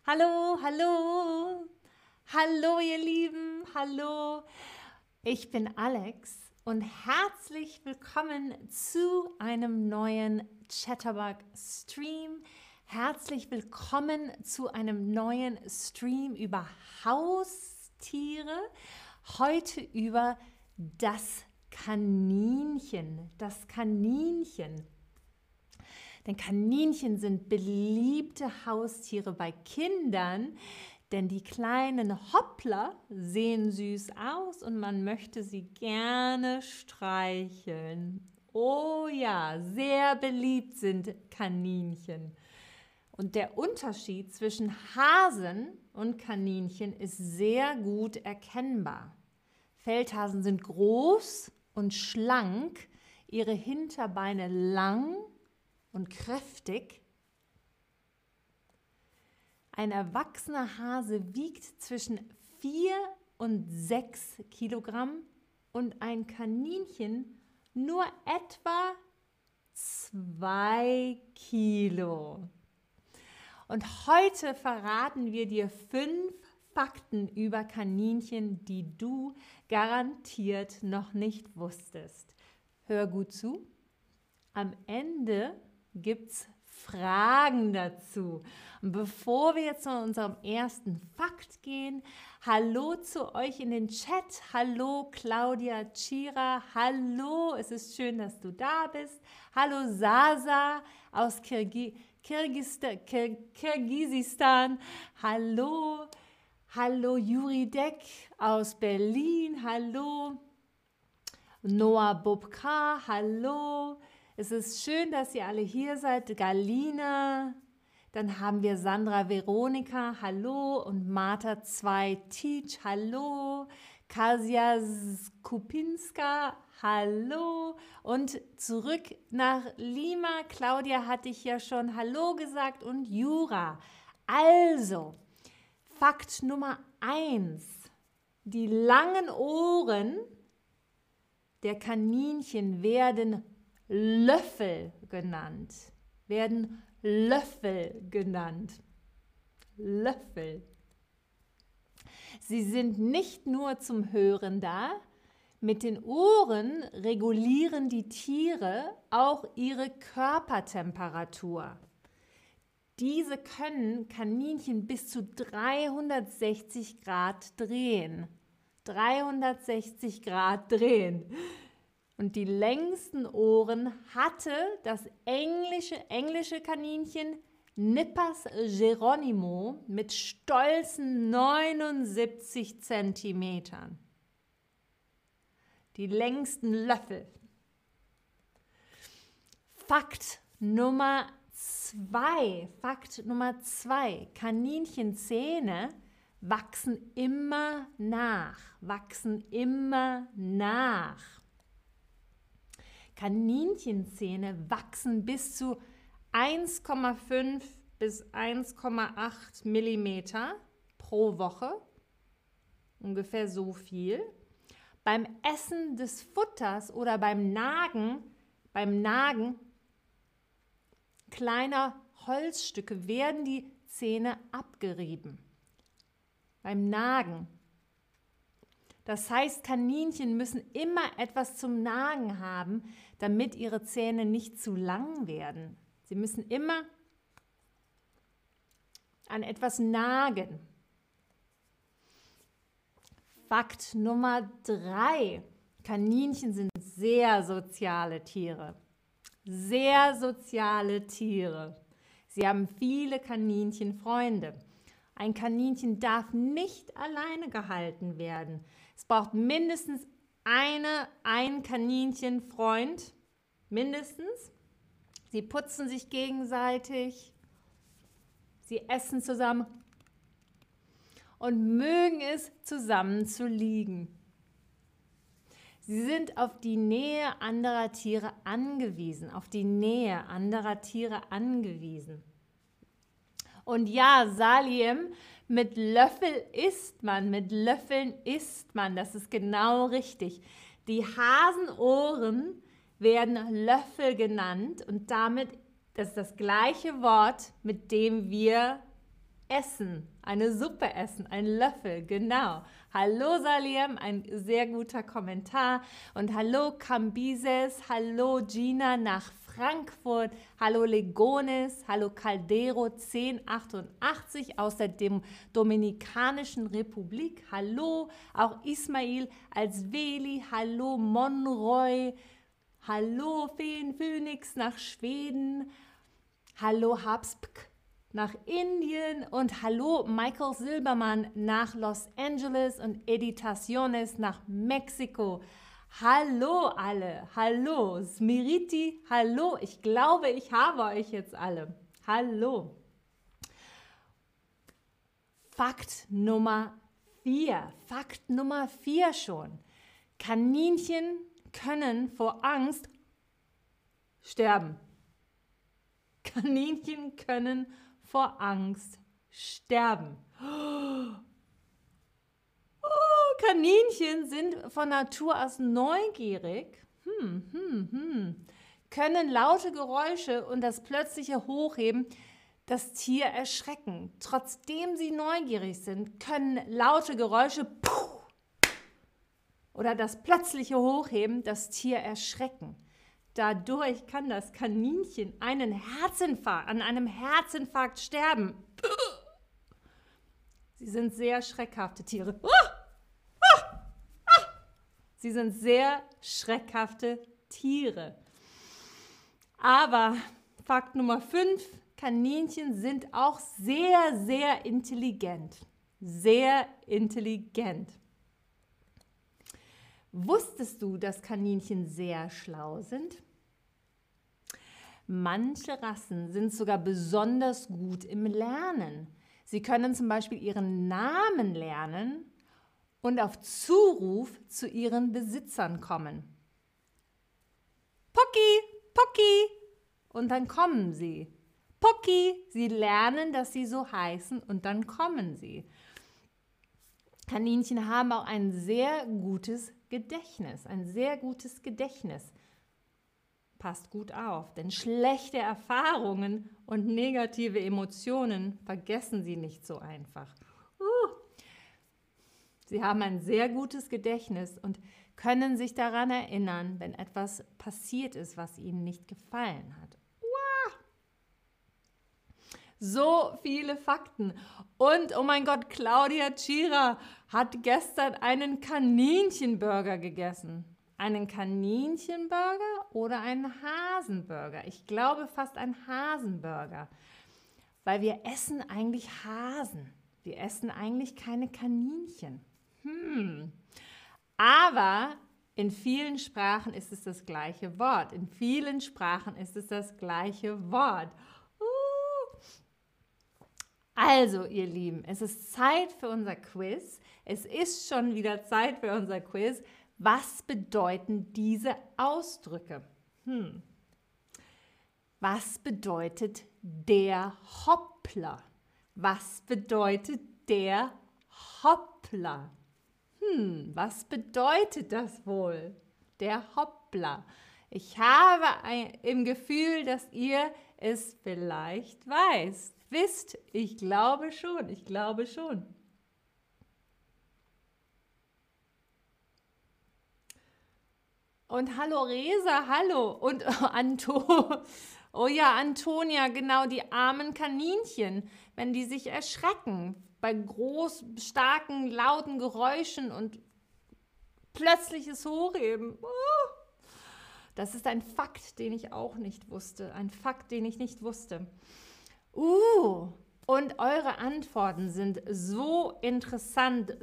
Hallo, hallo, hallo ihr Lieben, hallo. Ich bin Alex und herzlich willkommen zu einem neuen Chatterbug Stream. Herzlich willkommen zu einem neuen Stream über Haustiere. Heute über das Kaninchen. Das Kaninchen. Denn Kaninchen sind beliebte Haustiere bei Kindern, denn die kleinen Hoppler sehen süß aus und man möchte sie gerne streicheln. Oh ja, sehr beliebt sind Kaninchen. Und der Unterschied zwischen Hasen und Kaninchen ist sehr gut erkennbar. Feldhasen sind groß und schlank, ihre Hinterbeine lang und kräftig. Ein erwachsener Hase wiegt zwischen 4 und 6 Kilogramm und ein Kaninchen nur etwa 2 Kilo. Und heute verraten wir dir 5 Fakten über Kaninchen, die du garantiert noch nicht wusstest. Hör gut zu. Am Ende gibt es Fragen dazu. Und bevor wir jetzt zu unserem ersten Fakt gehen, hallo zu euch in den Chat. Hallo Claudia Chira, hallo, es ist schön, dass du da bist. Hallo Sasa aus Kirgisistan. Hallo, hallo Juri Deck aus Berlin. Hallo Noah Bobka, hallo. Es ist schön, dass ihr alle hier seid. Galina, dann haben wir Sandra Veronika, hallo. Und Martha 2 Teach, hallo. Kasia Skupinska, hallo. Und zurück nach Lima. Claudia hatte ich ja schon hallo gesagt und Jura. Also, Fakt Nummer 1. Die langen Ohren der Kaninchen werden Löffel genannt. Löffel. Sie sind nicht nur zum Hören da. Mit den Ohren regulieren die Tiere auch ihre Körpertemperatur. Diese können Kaninchen bis zu 360 Grad drehen. 360 Grad drehen. Und die längsten Ohren hatte das englische Kaninchen Nippers Geronimo mit stolzen 79 Zentimetern. Die längsten Löffel. Fakt Nummer 2. Kaninchenzähne wachsen immer nach. Kaninchenzähne wachsen bis zu 1,5 bis 1,8 Millimeter pro Woche, ungefähr so viel. Beim Essen des Futters oder beim Nagen kleiner Holzstücke werden die Zähne abgerieben. Beim Nagen. Das heißt, Kaninchen müssen immer etwas zum Nagen haben, damit ihre Zähne nicht zu lang werden. Sie müssen immer an etwas nagen. Fakt Nummer 3. Kaninchen sind sehr soziale Tiere. Sie haben viele Kaninchenfreunde. Ein Kaninchen darf nicht alleine gehalten werden. Es braucht mindestens ein Kaninchenfreund. Mindestens. Sie putzen sich gegenseitig. Sie essen zusammen und mögen es, zusammen zu liegen. Sie sind auf die Nähe anderer Tiere angewiesen. Und ja, Salim, mit Löffeln isst man, das ist genau richtig. Die Hasenohren werden Löffel genannt und damit, das ist das gleiche Wort, mit dem wir essen, eine Suppe essen, ein Löffel, genau. Hallo Saliem, ein sehr guter Kommentar. Und hallo Cambises, hallo Gina nach Frankfurt, hallo Legones, hallo Caldero 1088 aus der Dominikanischen Republik, hallo, auch Ismail als Veli, hallo Monroy, hallo Phoenix nach Schweden, hallo Habsbk nach Indien und hallo Michael Silbermann nach Los Angeles und Editaciones nach Mexiko. Hallo alle, hallo Smiriti, hallo, ich glaube, ich habe euch jetzt alle. Hallo. Fakt Nummer 4 schon. Kaninchen können vor Angst sterben. Kaninchen können vor Angst sterben. Kaninchen sind von Natur aus neugierig, können laute Geräusche und das plötzliche Hochheben das Tier erschrecken. Trotzdem sie neugierig sind, können laute Geräusche oder das plötzliche Hochheben das Tier erschrecken. Dadurch kann das Kaninchen an einem Herzinfarkt sterben. Sie sind sehr schreckhafte Tiere. Sie sind sehr schreckhafte Tiere. Aber Fakt Nummer 5, Kaninchen sind auch sehr, sehr intelligent. Sehr intelligent. Wusstest du, dass Kaninchen sehr schlau sind? Manche Rassen sind sogar besonders gut im Lernen. Sie können zum Beispiel ihren Namen lernen und auf Zuruf zu ihren Besitzern kommen. Pocky, Pocky! Und dann kommen sie. Pocky, sie lernen, dass sie so heißen und dann kommen sie. Kaninchen haben auch ein sehr gutes Gedächtnis, Passt gut auf, denn schlechte Erfahrungen und negative Emotionen vergessen sie nicht so einfach. Sie haben ein sehr gutes Gedächtnis und können sich daran erinnern, wenn etwas passiert ist, was ihnen nicht gefallen hat. So viele Fakten. Und, oh mein Gott, Claudia Tschira hat gestern einen Kaninchenburger gegessen. Einen Kaninchenburger oder einen Hasenburger? Ich glaube fast ein Hasenburger, weil wir essen eigentlich Hasen. Wir essen eigentlich keine Kaninchen. Aber in vielen Sprachen ist es das gleiche Wort. In vielen Sprachen ist es das gleiche Wort. Also, ihr Lieben, es ist Zeit für unser Quiz. Es ist schon wieder Zeit für unser Quiz. Was bedeuten diese Ausdrücke? Was bedeutet der Hoppler? Was bedeutet der Hoppler? Was bedeutet das wohl? Der Hoppler. Ich habe im Gefühl, dass ihr es vielleicht wisst. Ich glaube schon. Und hallo Resa, hallo. Und oh ja, Antonia, genau, die armen Kaninchen, wenn die sich erschrecken bei starken, lauten Geräuschen und plötzliches Hochheben. Das ist ein Fakt, den ich auch nicht wusste. Und eure Antworten sind so interessant.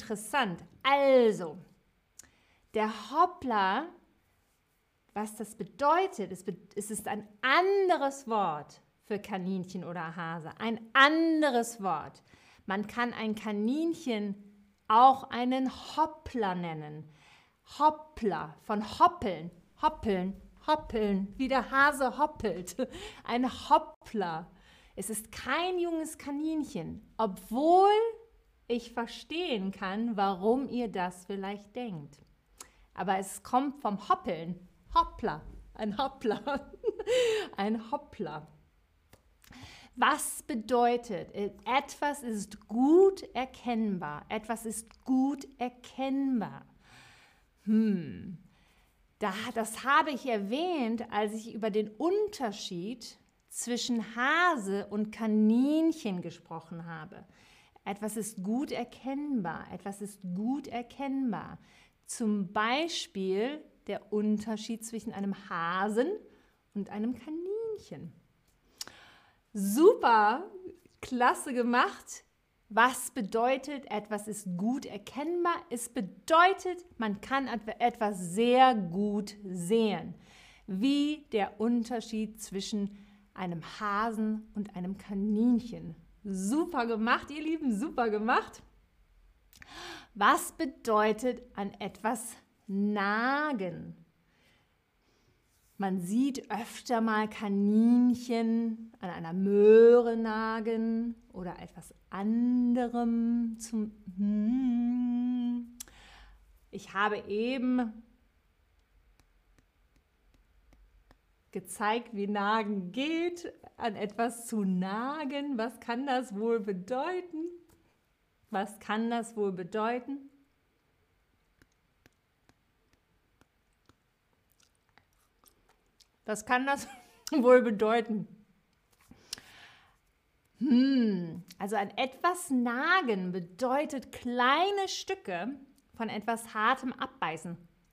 Also, der Hoppler, was das bedeutet, es ist ein anderes Wort für Kaninchen oder Hase. Ein anderes Wort. Man kann ein Kaninchen auch einen Hoppler nennen. Hoppler, von hoppeln, wie der Hase hoppelt. Ein Hoppler. Es ist kein junges Kaninchen, obwohl ich verstehen kann, warum ihr das vielleicht denkt. Aber es kommt vom Hoppeln. Hoppler, ein Hoppler, ein Hoppler. Was bedeutet, etwas ist gut erkennbar? Etwas ist gut erkennbar. Das habe ich erwähnt, als ich über den Unterschied zwischen Hase und Kaninchen gesprochen habe. Etwas ist gut erkennbar. Etwas ist gut erkennbar. Zum Beispiel der Unterschied zwischen einem Hasen und einem Kaninchen. Super, klasse gemacht. Was bedeutet, etwas ist gut erkennbar? Es bedeutet, man kann etwas sehr gut sehen. Wie der Unterschied zwischen einem Hasen und einem Kaninchen. Super gemacht, ihr Lieben, super gemacht. Was bedeutet an etwas nagen? Man sieht öfter mal Kaninchen an einer Möhre nagen oder etwas anderem. Ich habe eben gezeigt, wie Nagen geht, an etwas zu nagen. Was kann das wohl bedeuten? Was kann das wohl bedeuten? Was kann das wohl bedeuten? Also an etwas nagen bedeutet kleine Stücke von etwas Hartem abbeißen.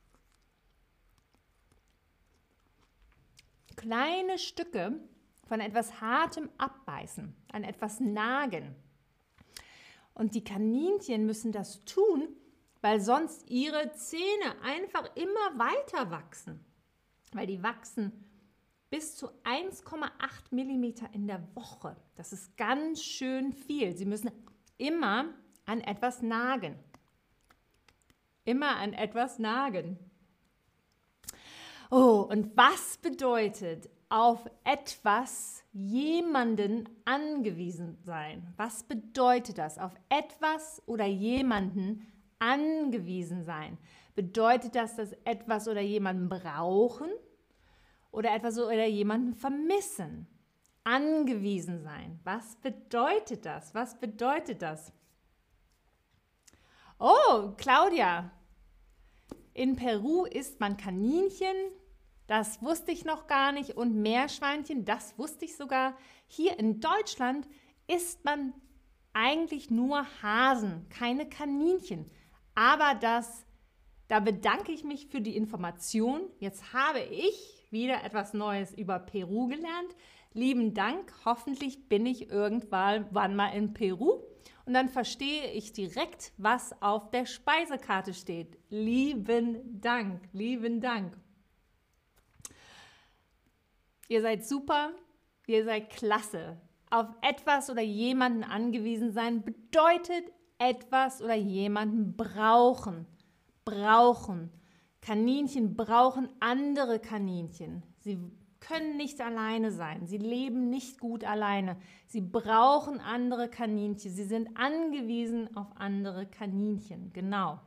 Kleine Stücke von etwas Hartem abbeißen, an etwas nagen. Und die Kaninchen müssen das tun, weil sonst ihre Zähne einfach immer weiter wachsen. Weil die wachsen bis zu 1,8 mm in der Woche. Das ist ganz schön viel. Sie müssen immer an etwas nagen. Immer an etwas nagen. Oh, und was bedeutet auf etwas jemanden angewiesen sein? Was bedeutet das? Auf etwas oder jemanden angewiesen sein? Bedeutet das, dass etwas oder jemanden brauchen oder etwas oder jemanden vermissen? Angewiesen sein. Was bedeutet das? Was bedeutet das? Oh, Claudia, in Peru isst man Kaninchen, das wusste ich noch gar nicht, und Meerschweinchen, das wusste ich sogar. Hier in Deutschland isst man eigentlich nur Hasen, keine Kaninchen. Aber da bedanke ich mich für die Information. Jetzt habe ich wieder etwas Neues über Peru gelernt. Lieben Dank, hoffentlich bin ich irgendwann mal in Peru. Und dann verstehe ich direkt, was auf der Speisekarte steht. Lieben Dank, lieben Dank. Ihr seid super, ihr seid klasse. Auf etwas oder jemanden angewiesen sein bedeutet etwas oder jemanden brauchen. Brauchen. Kaninchen brauchen andere Kaninchen. Sie können nicht alleine sein. Sie leben nicht gut alleine. Sie brauchen andere Kaninchen. Sie sind angewiesen auf andere Kaninchen. Genau.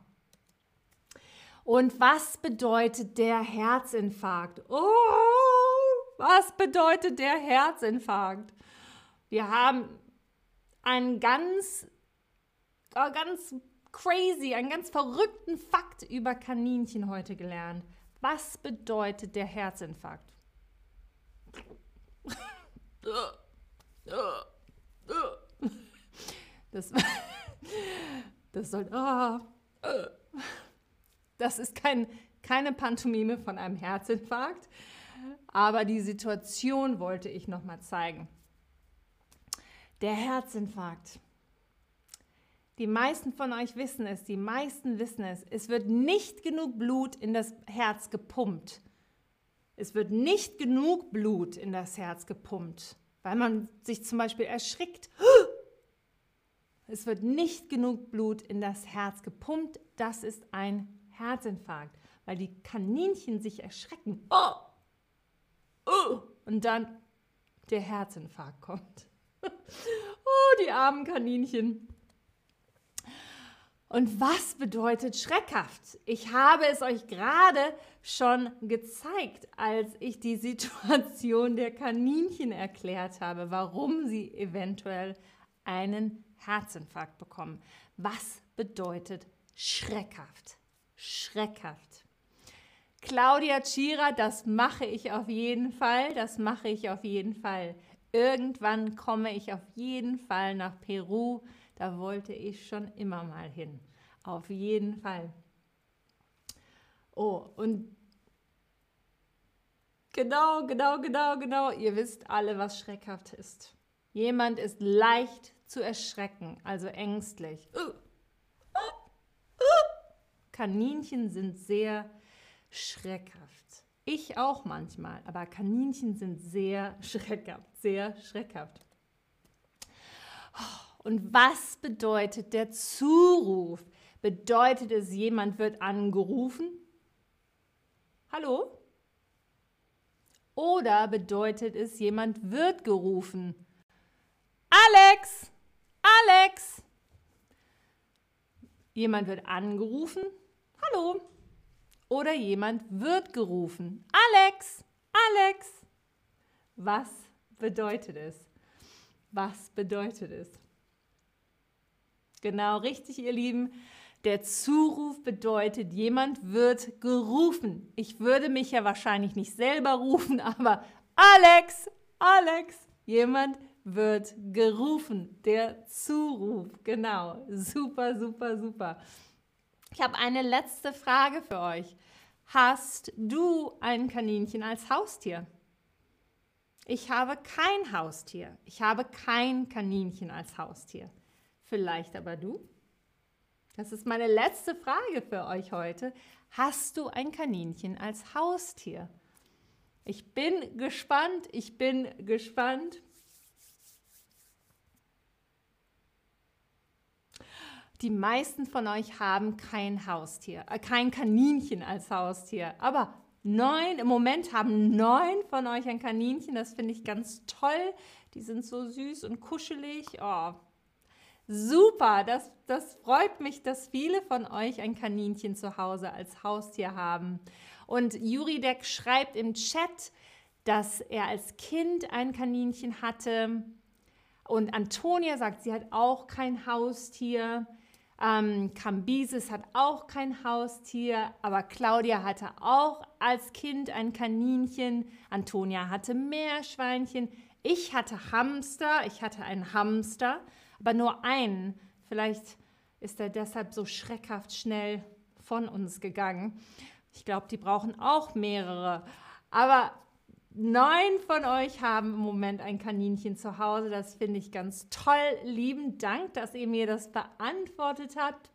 Und was bedeutet der Herzinfarkt? Oh, was bedeutet der Herzinfarkt? Wir haben einen ganz crazy, einen ganz verrückten Fakt über Kaninchen heute gelernt. Was bedeutet der Herzinfarkt? Das ist keine Pantomime von einem Herzinfarkt, aber die Situation wollte ich noch mal zeigen. Der Herzinfarkt. Die meisten von euch wissen es, die meisten wissen es. Es wird nicht genug Blut in das Herz gepumpt. Es wird nicht genug Blut in das Herz gepumpt, weil man sich zum Beispiel erschrickt. Es wird nicht genug Blut in das Herz gepumpt. Das ist ein Herzinfarkt, weil die Kaninchen sich erschrecken. Und dann der Herzinfarkt kommt. Oh, die armen Kaninchen. Und was bedeutet schreckhaft? Ich habe es euch gerade schon gezeigt, als ich die Situation der Kaninchen erklärt habe, warum sie eventuell einen Herzinfarkt bekommen. Was bedeutet schreckhaft? Schreckhaft. Claudia Tschira, das mache ich auf jeden Fall, das mache ich auf jeden Fall. Irgendwann komme ich auf jeden Fall nach Peru. Da wollte ich schon immer mal hin. Auf jeden Fall. Oh, und genau. Ihr wisst alle, was schreckhaft ist. Jemand ist leicht zu erschrecken, also ängstlich. Kaninchen sind sehr schreckhaft. Ich auch manchmal, aber Kaninchen sind sehr schreckhaft, sehr schreckhaft. Und was bedeutet der Zuruf? Bedeutet es, jemand wird angerufen? Hallo? Oder bedeutet es, jemand wird gerufen? Alex! Alex! Jemand wird angerufen? Hallo? Oder jemand wird gerufen? Alex! Alex! Was bedeutet es? Was bedeutet es? Genau richtig, ihr Lieben. Der Zuruf bedeutet, jemand wird gerufen. Ich würde mich ja wahrscheinlich nicht selber rufen, aber Alex, Alex, jemand wird gerufen. Der Zuruf, genau. Super. Ich habe eine letzte Frage für euch. Hast du ein Kaninchen als Haustier? Ich habe kein Haustier. Ich habe kein Kaninchen als Haustier. Vielleicht aber du? Das ist meine letzte Frage für euch heute. Hast du ein Kaninchen als Haustier? Ich bin gespannt. Die meisten von euch haben kein Haustier, kein Kaninchen als Haustier. Aber im Moment haben 9 von euch ein Kaninchen. Das finde ich ganz toll. Die sind so süß und kuschelig. Oh, super, das freut mich, dass viele von euch ein Kaninchen zu Hause als Haustier haben. Und Juridek schreibt im Chat, dass er als Kind ein Kaninchen hatte. Und Antonia sagt, sie hat auch kein Haustier. Kambises hat auch kein Haustier, aber Claudia hatte auch als Kind ein Kaninchen. Antonia hatte Meerschweinchen. Ich hatte einen Hamster, aber nur einen. Vielleicht ist er deshalb so schreckhaft schnell von uns gegangen. Ich glaube, die brauchen auch mehrere. Aber 9 von euch haben im Moment ein Kaninchen zu Hause. Das finde ich ganz toll. Lieben Dank, dass ihr mir das beantwortet habt.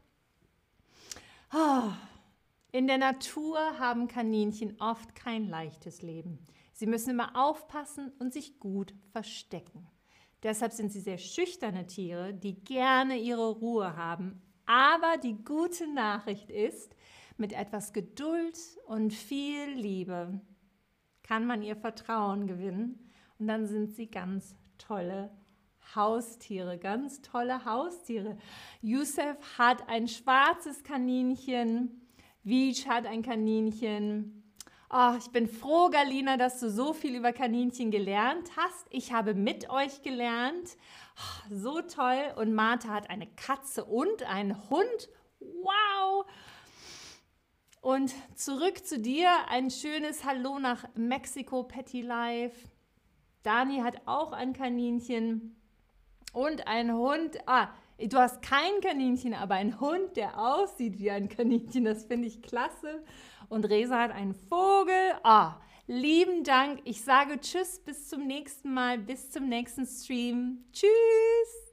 In der Natur haben Kaninchen oft kein leichtes Leben. Sie müssen immer aufpassen und sich gut verstecken. Deshalb sind sie sehr schüchterne Tiere, die gerne ihre Ruhe haben. Aber die gute Nachricht ist, mit etwas Geduld und viel Liebe kann man ihr Vertrauen gewinnen und dann sind sie ganz tolle Haustiere, ganz tolle Haustiere. Youssef hat ein schwarzes Kaninchen, Vic hat ein Kaninchen. Oh, ich bin froh, Galina, dass du so viel über Kaninchen gelernt hast. Ich habe mit euch gelernt. Oh, so toll. Und Martha hat eine Katze und einen Hund. Wow! Und zurück zu dir, ein schönes Hallo nach Mexiko, Patty Life. Dani hat auch ein Kaninchen und einen Hund. Du hast kein Kaninchen, aber einen Hund, der aussieht wie ein Kaninchen. Das finde ich klasse. Und Resa hat einen Vogel. Lieben Dank. Ich sage Tschüss, bis zum nächsten Mal, bis zum nächsten Stream. Tschüss.